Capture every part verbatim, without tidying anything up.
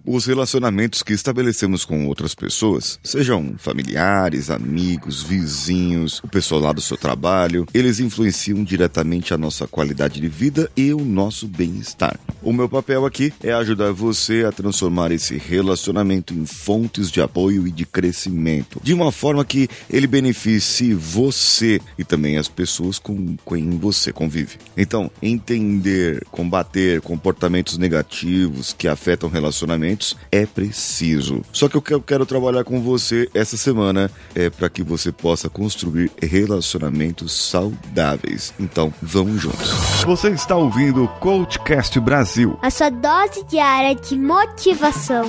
Os relacionamentos que estabelecemos com outras pessoas, sejam familiares, amigos, vizinhos, o pessoal lá do seu trabalho, eles influenciam diretamente a nossa qualidade de vida e o nosso bem-estar. O meu papel aqui é ajudar você a transformar esse relacionamento em fontes de apoio e de crescimento, de uma forma que ele beneficie você e também as pessoas com quem você convive. Então, entender, combater comportamentos negativos que afetam relacionamentos é preciso. Só que o que eu quero trabalhar com você essa semana é para que você possa construir relacionamentos saudáveis. Então, vamos juntos. Você está ouvindo o CoachCast Brasil, a sua dose diária de motivação.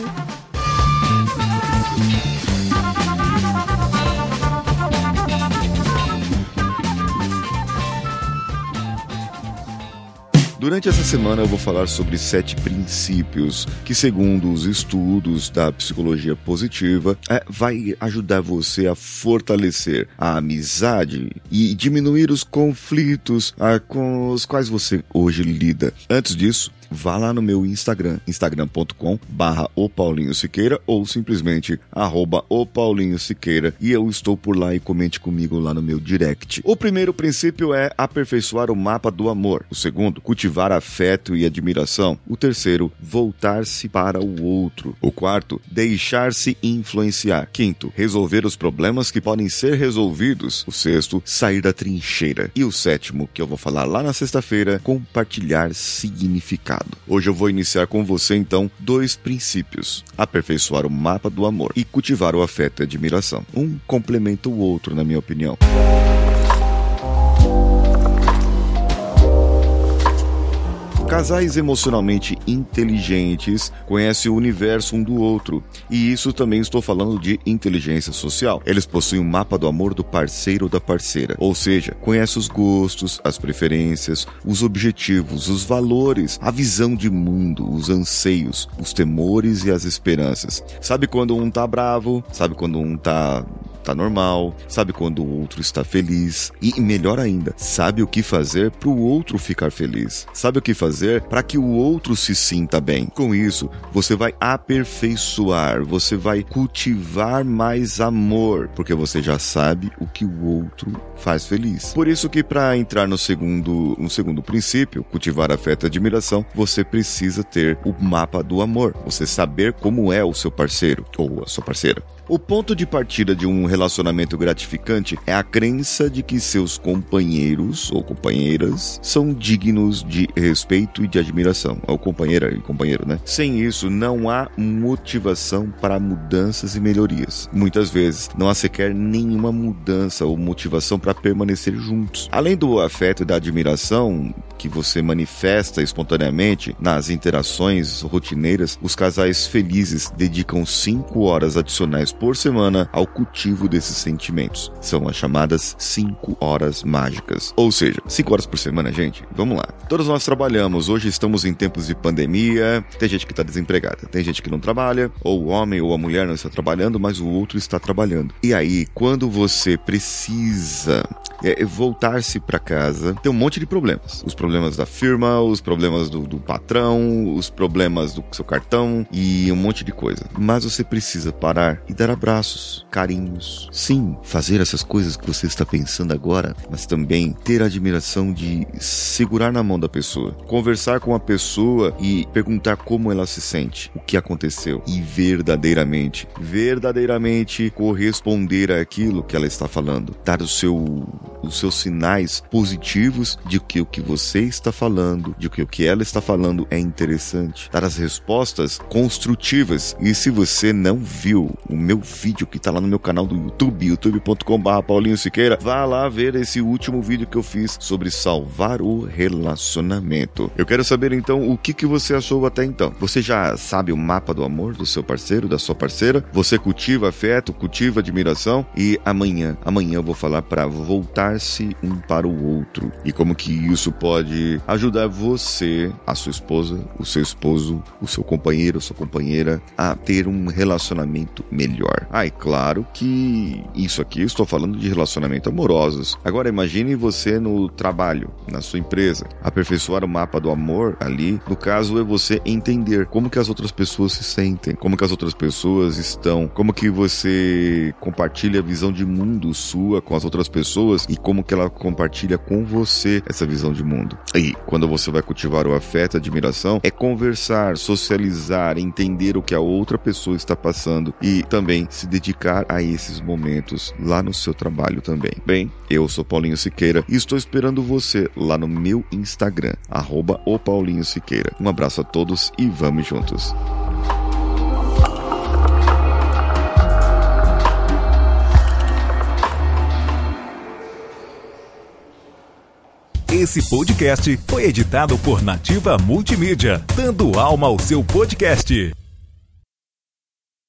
Durante essa semana eu vou falar sobre sete princípios que, segundo os estudos da psicologia positiva, é, vai ajudar você a fortalecer a amizade e diminuir os conflitos a, com os quais você hoje lida. Antes disso, vá lá no meu Instagram, instagram ponto com barra o Paulinho Siqueira ou simplesmente arroba o Paulinho Siqueira, e eu estou por lá e comente comigo lá no meu direct. O primeiro princípio é aperfeiçoar o mapa do amor. O segundo, cultivar afeto e admiração. O terceiro, voltar-se para o outro. O quarto, deixar-se influenciar. Quinto, resolver os problemas que podem ser resolvidos. O sexto, sair da trincheira. E o sétimo, que eu vou falar lá na sexta-feira, compartilhar significado. Hoje eu vou iniciar com você, então, dois princípios: aperfeiçoar o mapa do amor e cultivar o afeto e admiração. Um complementa o outro, na minha opinião. Casais emocionalmente inteligentes conhecem o universo um do outro, e isso também estou falando de inteligência social. Eles possuem um mapa do amor do parceiro ou da parceira, ou seja, conhecem os gostos, as preferências, os objetivos, os valores, a visão de mundo, os anseios, os temores e as esperanças. Sabe quando um tá bravo, sabe quando um tá... tá normal, sabe quando o outro está feliz e, melhor ainda, sabe o que fazer para o outro ficar feliz, sabe o que fazer para que o outro se sinta bem. Com isso, você vai aperfeiçoar, você vai cultivar mais amor, porque você já sabe o que o outro faz feliz. Por isso que, para entrar no segundo, no segundo princípio, cultivar afeto e admiração, você precisa ter o mapa do amor, você saber como é o seu parceiro ou a sua parceira. O ponto de partida de um relacionamento gratificante é a crença de que seus companheiros ou companheiras são dignos de respeito e de admiração. Ou companheira e companheiro, né? Sem isso, não há motivação para mudanças e melhorias. Muitas vezes, não há sequer nenhuma mudança ou motivação para permanecer juntos. Além do afeto e da admiração que você manifesta espontaneamente nas interações rotineiras, os casais felizes dedicam cinco horas adicionais por semana ao cultivo desses sentimentos. São as chamadas cinco horas mágicas. Ou seja, cinco horas por semana, gente, vamos lá. Todos nós trabalhamos, hoje estamos em tempos de pandemia, tem gente que está desempregada, tem gente que não trabalha, ou o homem ou a mulher não está trabalhando, mas o outro está trabalhando. E aí, quando você precisa é, voltar-se para casa, tem um monte de problemas. Os problemas da firma, os problemas do, do patrão, os problemas do seu cartão e um monte de coisa. Mas você precisa parar e dar abraços, carinhos. Sim, fazer essas coisas que você está pensando agora, mas também ter a admiração de segurar na mão da pessoa, conversar com a pessoa e perguntar como ela se sente, o que aconteceu, e verdadeiramente, verdadeiramente corresponder àquilo que ela está falando, dar o seu, os seus sinais positivos de que o que você está falando, de que o que ela está falando é interessante, dar as respostas construtivas. E se você não viu o meu vídeo que tá lá no meu canal do YouTube, youtube ponto com barra Paulinho Siqueira, vá lá ver esse último vídeo que eu fiz sobre salvar o relacionamento. Eu quero saber então o que, que você achou até então. Você já sabe o mapa do amor do seu parceiro, da sua parceira? Você cultiva afeto, cultiva admiração? E amanhã, amanhã eu vou falar para voltar-se um para o outro e como que isso pode ajudar você, a sua esposa, o seu esposo, o seu companheiro, a sua companheira a ter um relacionamento melhor. melhor. Ah, e claro que isso aqui eu estou falando de relacionamentos amorosos. Agora imagine você no trabalho, na sua empresa. Aperfeiçoar o mapa do amor ali, no caso é você entender como que as outras pessoas se sentem, como que as outras pessoas estão, como que você compartilha a visão de mundo sua com as outras pessoas e como que ela compartilha com você essa visão de mundo. E quando você vai cultivar o afeto, a admiração, é conversar, socializar, entender o que a outra pessoa está passando e também se dedicar a esses momentos lá no seu trabalho também. Bem, eu sou Paulinho Siqueira e estou esperando você lá no meu Instagram, arroba o Paulinho Siqueira. Um abraço a todos e vamos juntos. Esse podcast foi editado por Nativa Multimídia, dando alma ao seu podcast.